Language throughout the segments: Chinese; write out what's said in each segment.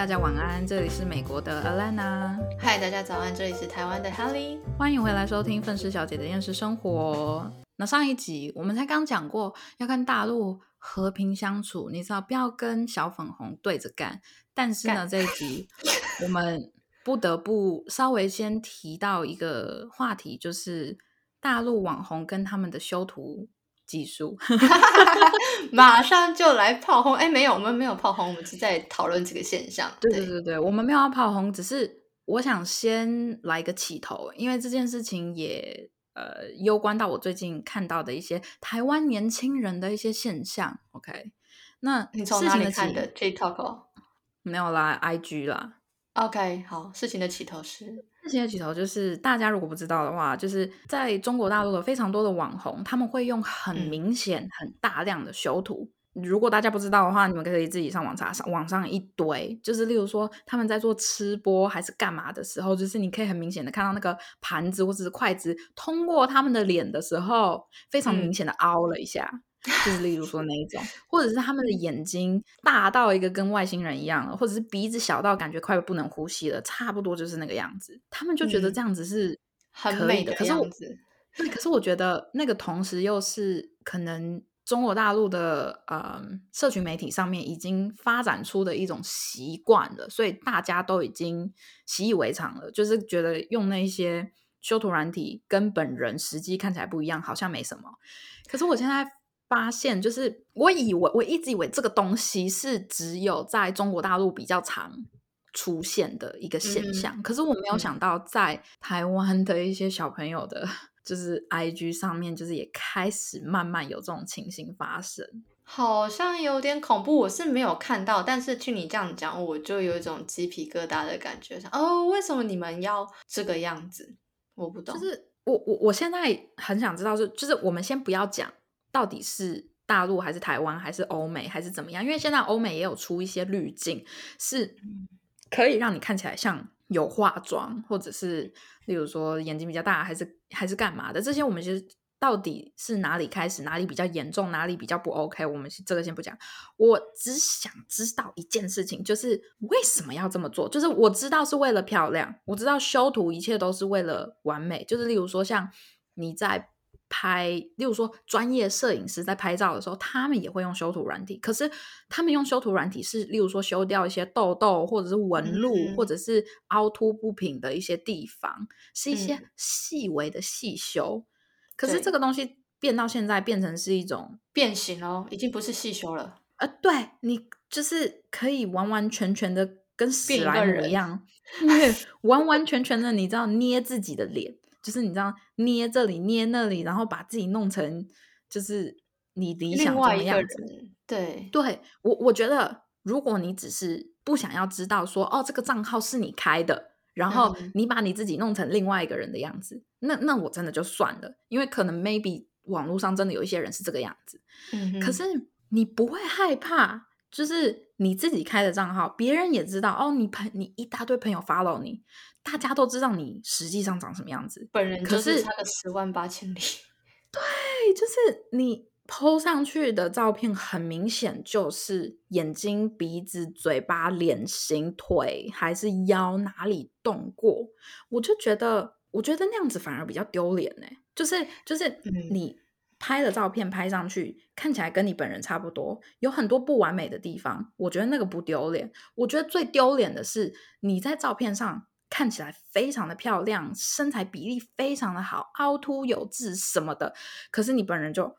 大家晚安，这里是美国的 Alana。 嗨，大家早安，这里是台湾的 Holly。 欢迎回来收听愤世小姐的厌世生活。那上一集我们才刚讲过要跟大陆和平相处，你知道不要跟小粉红对着干。但是呢，这一集我们不得不稍微先提到一个话题，就是大陆网红跟他们的修图技术。 马上就来炮轰！哎，没有，我们没有炮轰，我们是在讨论这个现象。 对，我们没有要炮轰，只是我想先来一个起头，因为这件事情也攸关到我最近看到的一些台湾年轻人的一些现象。OK， 那你从哪里看的 TikTok 哦？ 没有啦 ，IG 啦。 OK， 好，事情的起头就是大家如果不知道的话，就是在中国大陆的非常多的网红，他们会用很明显、很大量的修图。如果大家不知道的话，你们可以自己上网查，网上一堆，就是例如说他们在做吃播还是干嘛的时候，就是你可以很明显的看到那个盘子或者是筷子通过他们的脸的时候，非常明显的凹了一下。就是例如说那一种，或者是他们的眼睛大到一个跟外星人一样了，或者是鼻子小到感觉快不能呼吸了，差不多就是那个样子。他们就觉得这样子是很可以的， 美的样子。 对，可是我觉得那个同时又是可能中国大陆的社群媒体上面已经发展出的一种习惯了，所以大家都已经习以为常了，就是觉得用那些修图软体跟本人实际看起来不一样，好像没什么。可是我现在发现，就是我一直以为这个东西是只有在中国大陆比较常出现的一个现象，可是我没有想到在台湾的一些小朋友的就是 IG 上面就是也开始慢慢有这种情形发生。 好像有点恐怖，我是没有看到，但是听你这样讲，我就有一种鸡皮疙瘩的感觉，为什么你们要这个样子？我不懂。 就是我现在很想知道，就是我们先不要讲到底是大陆还是台湾还是欧美还是怎么样，因为现在欧美也有出一些滤镜，是可以让你看起来像有化妆，或者是例如说眼睛比较大还是干嘛的，这些我们其实到底是哪里开始，哪里比较严重，哪里比较不 OK， 我们这个先不讲。我只想知道一件事情，就是为什么要这么做。就是我知道是为了漂亮，我知道修图一切都是为了完美，就是例如说像你在拍，例如说专业摄影师在拍照的时候，他们也会用修图软体，可是他们用修图软体是例如说修掉一些痘痘或者是纹路，或者是凹凸不平的一些地方，是一些细微的细修。可是这个东西变到现在变成是一种变形咯，已经不是细修了。 对，你就是可以完完全全的跟史莱姆一样，完完全全的你知道捏自己的脸，就是你知道捏这里捏那里，然后把自己弄成就是你理想中的样子。对，我觉得如果你只是不想要知道说这个账号是你开的，然后你把你自己弄成另外一个人的样子，那我真的就算了，因为可能 maybe 网络上真的有一些人是这个样子。可是你不会害怕，就是你自己开的账号，别人也知道你一大堆朋友 follow 你，大家都知道你实际上长什么样子， 本人就是差个10万8千里。 对，就是你 po 上去的照片很明显就是眼睛、鼻子、嘴巴、脸型、腿还是腰哪里动过，我觉得那样子反而比较丢脸欸，就是你拍的照片拍上去看起来跟你本人差不多，有很多不完美的地方，我觉得那个不丢脸。我觉得最丢脸的是你在照片上看起来非常的漂亮，身材比例非常的好，凹凸有致什么的，可是你本人就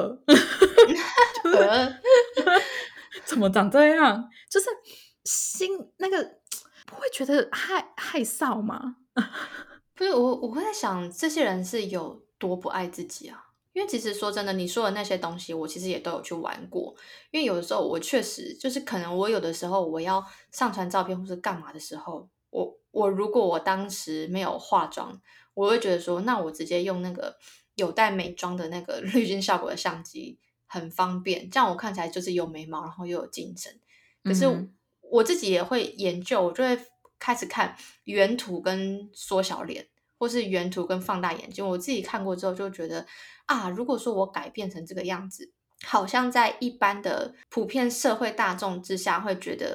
怎么长这样？就是那个不会觉得害臊吗？ 不是我会在想这些人是有多不爱自己啊？因为其实说真的，你说的那些东西，我其实也都有去玩过。因为有的时候我确实就是可能我有的时候我要上传照片或是干嘛的时候，我如果我当时没有化妆，我会觉得说，那我直接用那个有带美妆的那个滤镜效果的相机很方便，这样我看起来就是有眉毛，然后又有精神。可是我自己也会研究，我就会开始看原图跟缩小脸，或是原图跟放大眼睛。我自己看过之后就觉得如果说我改变成这个样子，好像在一般的普遍社会大众之下会觉得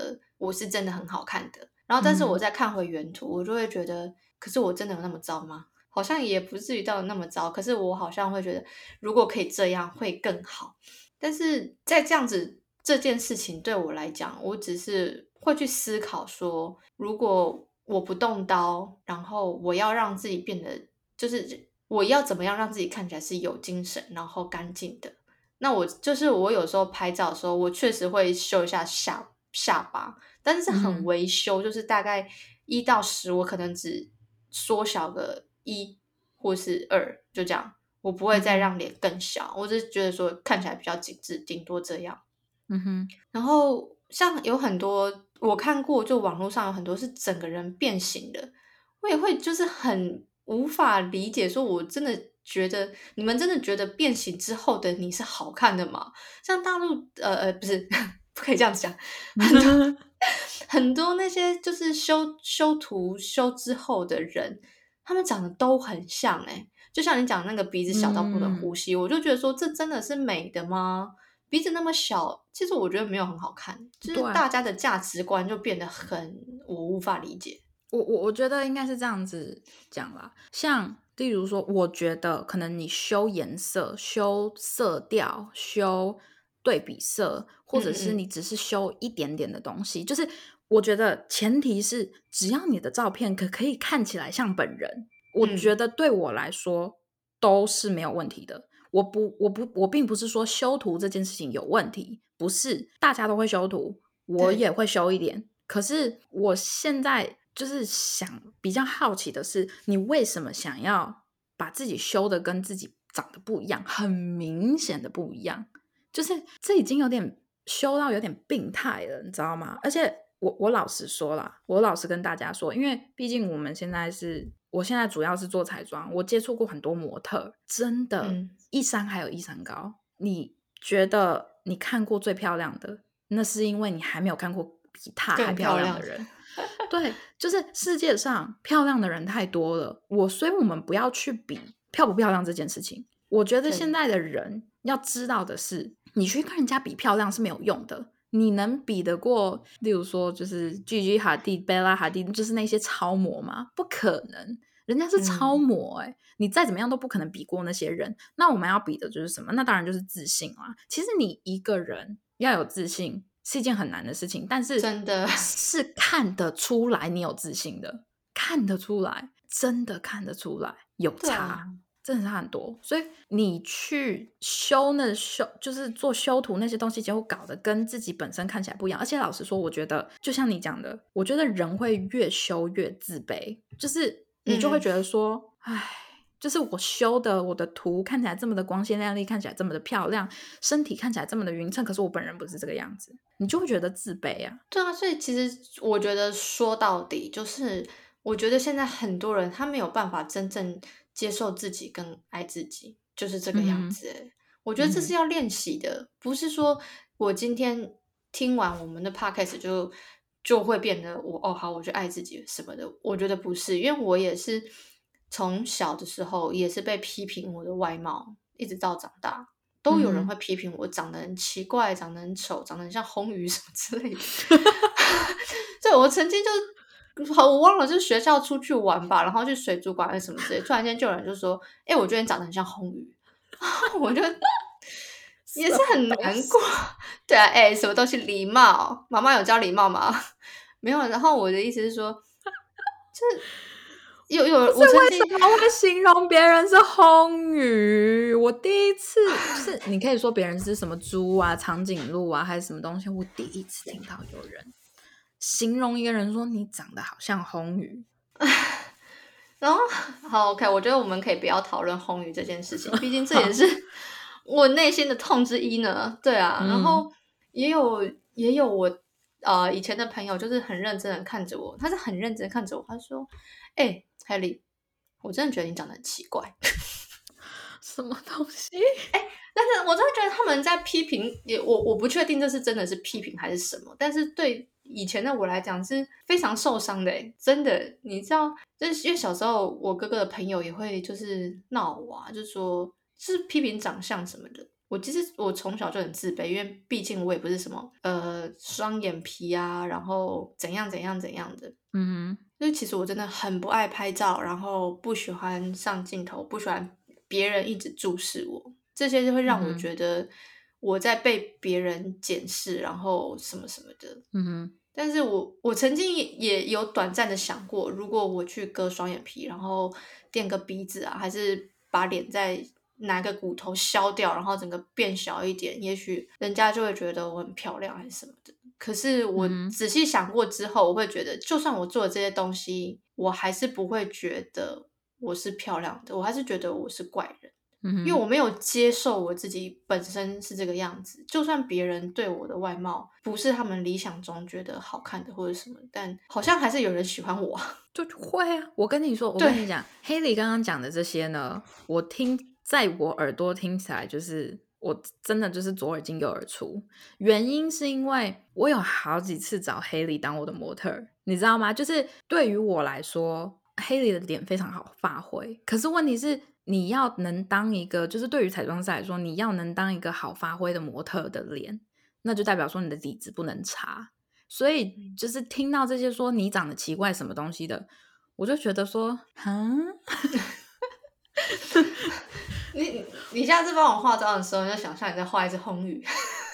我是真的很好看的。然后但是我再看回原图，我就会觉得，可是我真的有那么糟吗？好像也不至于到那么糟，可是我好像会觉得，如果可以这样会更好。但是在这样子这件事情对我来讲，我只是会去思考说，如果我不动刀，然后我要让自己变得，就是我要怎么样让自己看起来是有精神，然后干净的。那我就是我有时候拍照的时候，我确实会修一下下巴，但是很微修，就是大概1到10，我可能只缩小个1或是2，就这样。我不会再让脸更小，我只是觉得说看起来比较精致，顶多这样。然后像有很多我看过，就网络上有很多是整个人变形的，我也会就是很无法理解，说我真的觉得你们真的觉得变形之后的你是好看的吗？像大陆不是不可以这样子讲，很多那些就是修图修之后的人，他们长得都很像就像你讲那个鼻子小到不能呼吸，我就觉得说这真的是美的吗？鼻子那么小，其实我觉得没有很好看，就是大家的价值观就变得我无法理解。 我觉得应该是这样子讲啦，像例如说，我觉得可能你修颜色、修色调、修对比色，或者是你只是修一点点的东西，就是我觉得前提是只要你的照片可以看起来像本人，我觉得对我来说都是没有问题的。我并不是说修图这件事情有问题，不是，大家都会修图，我也会修一点。可是我现在就是比较好奇的是，你为什么想要把自己修的跟自己长得不一样，很明显的不一样，就是这已经有点修到有点病态了，你知道吗？而且我老实说啦，我老实跟大家说，因为毕竟我现在主要是做彩妆，我接触过很多模特，真的一山还有一山高。你觉得你看过最漂亮的，那是因为你还没有看过比她还漂亮的人。对，就是世界上漂亮的人太多了，所以我们不要去比漂不漂亮这件事情。我觉得现在的人要知道的是，你去跟人家比漂亮是没有用的。你能比得过，例如说就是 Gigi Hadid、Bella Hadid，就是那些超模吗？不可能，人家是超模你再怎么样都不可能比过那些人。那我们要比的就是什么？那当然就是自信啦。其实你一个人要有自信是一件很难的事情，但是真的是看得出来你有自信的，看得出来，真的看得出来有差。真的差很多，所以你去就是做修图那些东西，结果搞得跟自己本身看起来不一样。而且老实说，我觉得就像你讲的，我觉得人会越修越自卑，就是你就会觉得说，就是我的图看起来这么的光鲜亮丽，看起来这么的漂亮，身体看起来这么的匀称，可是我本人不是这个样子，你就会觉得自卑啊。 对啊，所以其实我觉得说到底就是，我觉得现在很多人他没有办法真正接受自己跟爱自己，就是这个样子我觉得这是要练习的，不是说我今天听完我们的 podcast 就会变得好，我就爱自己什么的。我觉得不是，因为我也是从小的时候也是被批评我的外貌，一直到长大都有人会批评我长得很奇怪，长得很丑，长得很像红鱼什么之类的。对，我曾经我忘了，就是学校出去玩吧，然后去水族馆还是什么之类，突然间就有人就说：“我觉得你长得很像红鱼。”我就也是很难过。对啊，什么东西礼貌？妈妈有教礼貌吗？没有。然后我的意思是说，我曾经为什么会形容别人是红鱼？我第一次就是你可以说别人是什么猪啊、长颈鹿啊，还是什么东西？我第一次听到有人形容一个人说你长得好像红鱼。 然后好 OK， 我觉得我们可以不要讨论红鱼这件事情，毕竟这也是我内心的痛之一呢。对啊，然后也有我以前的朋友，就是很认真的看着我，他是很认真看着我，他说：“Helly，我真的觉得你长得很奇怪。” 什么东西？ 但是我真的觉得他们在批评，我不确定这是真的是批评还是什么，但是对以前的我来讲是非常受伤的真的。你知道，就是因为小时候我哥哥的朋友也会就是闹我就说是批评长相什么的， 我其实我从小就很自卑，因为毕竟我也不是什么双眼皮啊，然后怎样怎样怎样的。 嗯哼， 就是其实我真的很不爱拍照，然后不喜欢上镜头，不喜欢别人一直注视我，这些就会让我嗯哼， 觉得我在被别人检视，然后什么什么的。 嗯哼， 但是我曾经也有短暂的想过，如果我去割双眼皮，然后垫个鼻子啊，还是把脸再拿个骨头削掉，然后整个变小一点，也许人家就会觉得我很漂亮还是什么的。可是我嗯哼， 仔细想过之后，我会觉得，就算我做了这些东西，我还是不会觉得我是漂亮的，我还是觉得我是怪人。 嗯哼。 因为我没有接受我自己本身是这个样子，就算别人对我的外貌不是他们理想中觉得好看的或者什么，但好像还是有人喜欢我。 就会啊！我跟你说，我跟对， 你讲，Haley 刚刚讲的这些呢，我听在我耳朵听起来，就是我真的就是左耳进右耳出。原因是因为我有好几次找 Haley 当我的模特儿，你知道吗？就是对于我来说，Haley 的脸非常好发挥。可是问题是，你要能当一个，就是对于彩妆师来说，你要能当一个好发挥的模特儿的脸，那就代表说你的底子不能差。所以就是听到这些说你长得奇怪什么东西的，我就觉得说， 你下次帮我化妆的时候，你就想象你在画一只红鱼。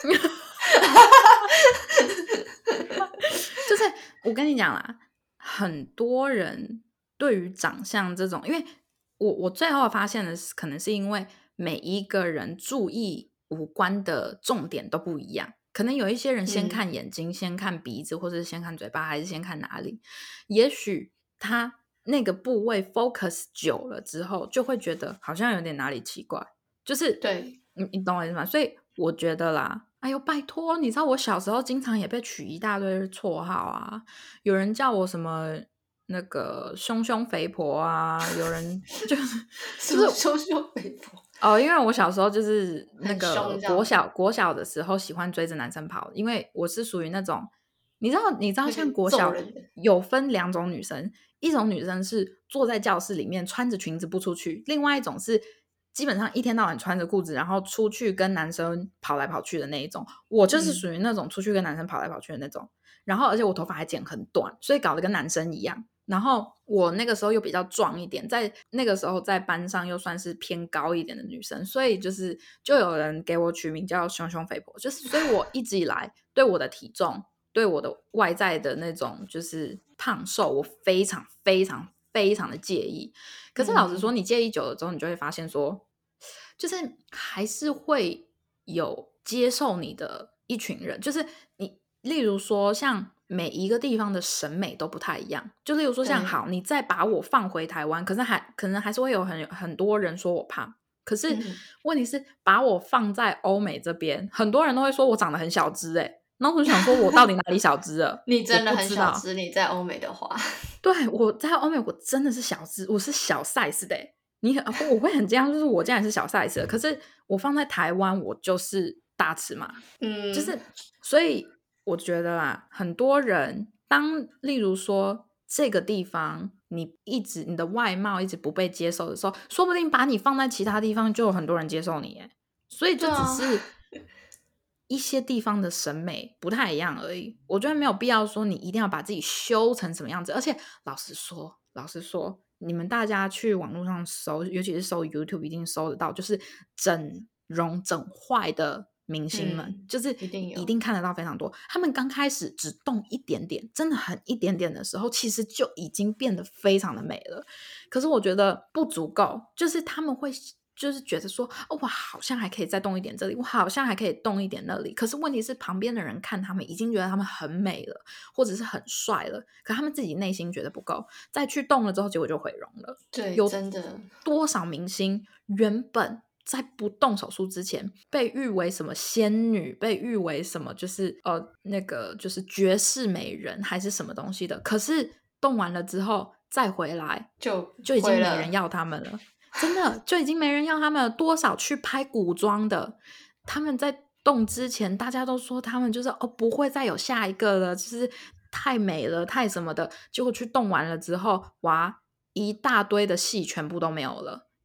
就是我跟你讲啦，很多人对于长相这种，因为我最后发现的是，可能是因为每一个人注意五官的重点都不一样。可能有一些人先看眼睛，先看鼻子，或者是先看嘴巴，还是先看哪里？也许他那个部位 focus 久了之后，就会觉得好像有点哪里奇怪。就是对， 你懂我意思吗？所以我觉得啦，哎呦拜托，你知道我小时候经常也被取一大堆绰号啊，有人叫我什么那个胸胸肥婆啊，有人就是羞羞肥婆， 哦，因为我小时候就是那很个凶这样， 国小的时候喜欢追着男生跑，因为我是属于那种你知道像会去国小揍人的。 有分两种女生，一种女生是坐在教室里面穿着裙子不出去，另外一种是基本上一天到晚穿着裤子，然后出去跟男生跑来跑去的那一种。我就是属于那种出去跟男生跑来跑去的那种，然后而且我头发还剪很短，所以搞得跟男生一样。然后我那个时候又比较壮一点，在那个时候在班上又算是偏高一点的女生，所以就有人给我取名叫胸胸肥婆，就是所以我一直以来对我的体重、对我的外在的那种就是胖瘦，我非常非常非常的介意。可是老实说，你介意久了之后，你就会发现说，就是还是会有接受你的一群人，就是你，例如说像每一个地方的审美都不太一样，就例如说像对， 好，你再把我放回台湾，可能还是会有很多人说我胖，可是问题是把我放在欧美这边，很多人都会说我长得很小只然后我就想说我到底哪里小只了？ 你我真的很不知道。 小只，你在欧美的话， 对，我在欧美我真的是小只，我是小 size 的我会很惊讶，就是我竟然是小 size 的，可是我放在台湾我就是大尺码，就是所以我觉得啦，很多人例如说这个地方你的外貌一直不被接受的时候，说不定把你放在其他地方就有很多人接受你所以就对啊， 只是一些地方的审美不太一样而已。我觉得没有必要说你一定要把自己修成什么样子，而且老实说，你们大家去网络上搜，尤其是搜 YouTube，一定搜得到，就是整容整坏的明星们，就是一定有， 一定看得到非常多。他们刚开始只动一点点，真的很一点点的时候，其实就已经变得非常的美了。可是我觉得不足够，就是他们会就是觉得说，哦，我好像还可以再动一点这里，我好像还可以动一点那里。可是问题是，旁边的人看他们已经觉得他们很美了，或者是很帅了，可他们自己内心觉得不够，再去动了之后，结果就毁容了。 对， 有真的， 多少明星原本在不动手术之前被誉为什么仙女，被誉为什么就是那个就是绝世美人还是什么东西的，可是动完了之后再回来就已经毁了， 没人要他们了。真的就已经没人要他们了。多少去拍古装的，他们在动之前，大家都说他们就是不会再有下一个了，就是太美了，太什么的。结果去动完了之后，哇，一大堆的戏全部都没有了，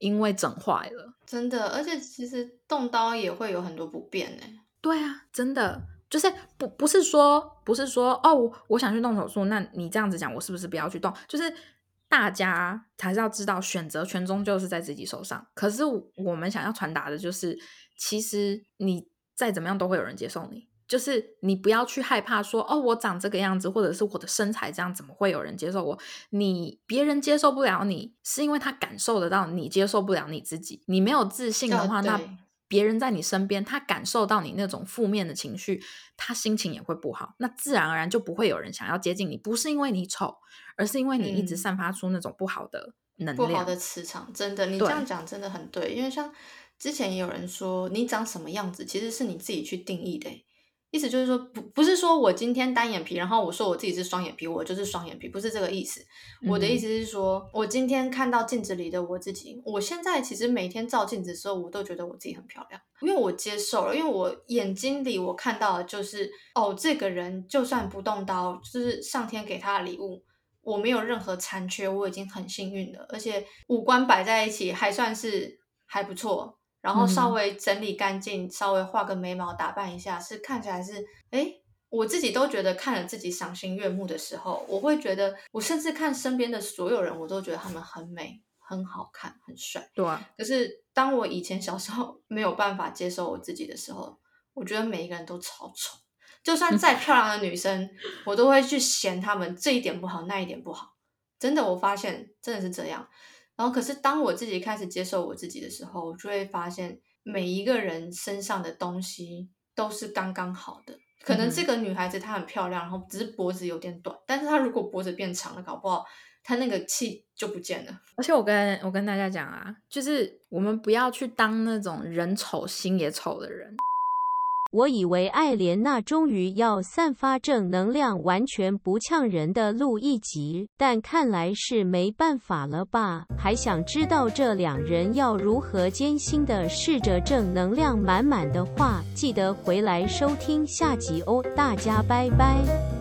因为整坏了。 真的，而且其实动刀也会有很多不便对啊，真的就是不是说哦，我想去动手术，那你这样子讲，我是不是不要去动？就是大家还是要知道，选择权终究是在自己手上。可是我们想要传达的就是，其实你再怎么样都会有人接受你。就是你不要去害怕说哦，我长这个样子，或者是我的身材这样，怎么会有人接受我？别人接受不了你，是因为他感受得到你接受不了你自己。你没有自信的话，那别人在你身边，他感受到你那种负面的情绪，他心情也会不好，那自然而然就不会有人想要接近你。不是因为你丑，而是因为你一直散发出那种不好的能量， 不好的磁场。真的，你这样讲真的很对。因为像之前也有人说，你长什么样子其实是你自己去定义的。意思就是说，不是说我今天单眼皮，然后我说我自己是双眼皮，我就是双眼皮，不是这个意思。我的意思是说，我今天看到镜子里的我自己，我现在其实每天照镜子的时候，我都觉得我自己很漂亮，因为我接受了，因为我眼睛里我看到的就是哦，这个人就算不动刀，就是上天给他的礼物，我没有任何残缺，我已经很幸运了，而且五官摆在一起还算是还不错。然后稍微整理干净，稍微画个眉毛，打扮一下，是看起来是我自己都觉得看了自己赏心悦目的时候，我会觉得，我甚至看身边的所有人，我都觉得他们很美、很好看、很帅。 对啊。 可是当我以前小时候没有办法接受我自己的时候，我觉得每一个人都超丑，就算再漂亮的女生，我都会去嫌他们这一点不好，那一点不好。真的，我发现真的是这样。然后可是当我自己开始接受我自己的时候，我就会发现每一个人身上的东西都是刚刚好的。可能这个女孩子她很漂亮，然后只是脖子有点短，但是她如果脖子变长了，搞不好她那个气就不见了。 而且我跟大家讲啊，就是我们不要去当那种人丑心也丑的人。 我以为艾莲娜终于要散发正能量完全不呛人的录一集，但看来是没办法了吧。还想知道这两人要如何艰辛的试着正能量满满的话，记得回来收听下集哦，大家拜拜。